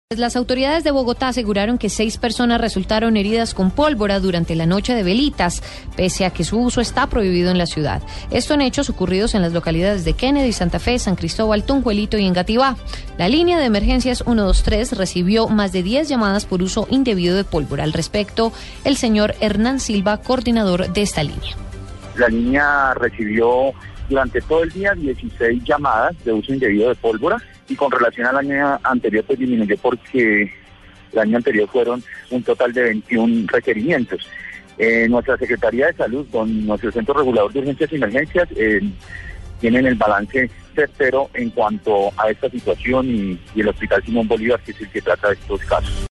Las autoridades de Bogotá aseguraron que 6 personas resultaron heridas con pólvora durante la noche de velitas, pese a que su uso está prohibido en la ciudad. Esto en hechos ocurridos en las localidades de Kennedy, Santa Fe, San Cristóbal, Tunjuelito y Engativá. La línea de emergencias 123 recibió más de 10 llamadas por uso indebido de pólvora. Al respecto, el señor Hernán Silva, coordinador de esta línea. La línea recibió durante todo el día 16 llamadas de uso indebido de pólvora, y con relación al año anterior pues disminuyó porque el año anterior fueron un total de 21 requerimientos. Nuestra Secretaría de Salud con nuestro Centro Regulador de Urgencias y Emergencias tienen el balance certero en cuanto a esta situación y el Hospital Simón Bolívar, que es el que trata de estos casos.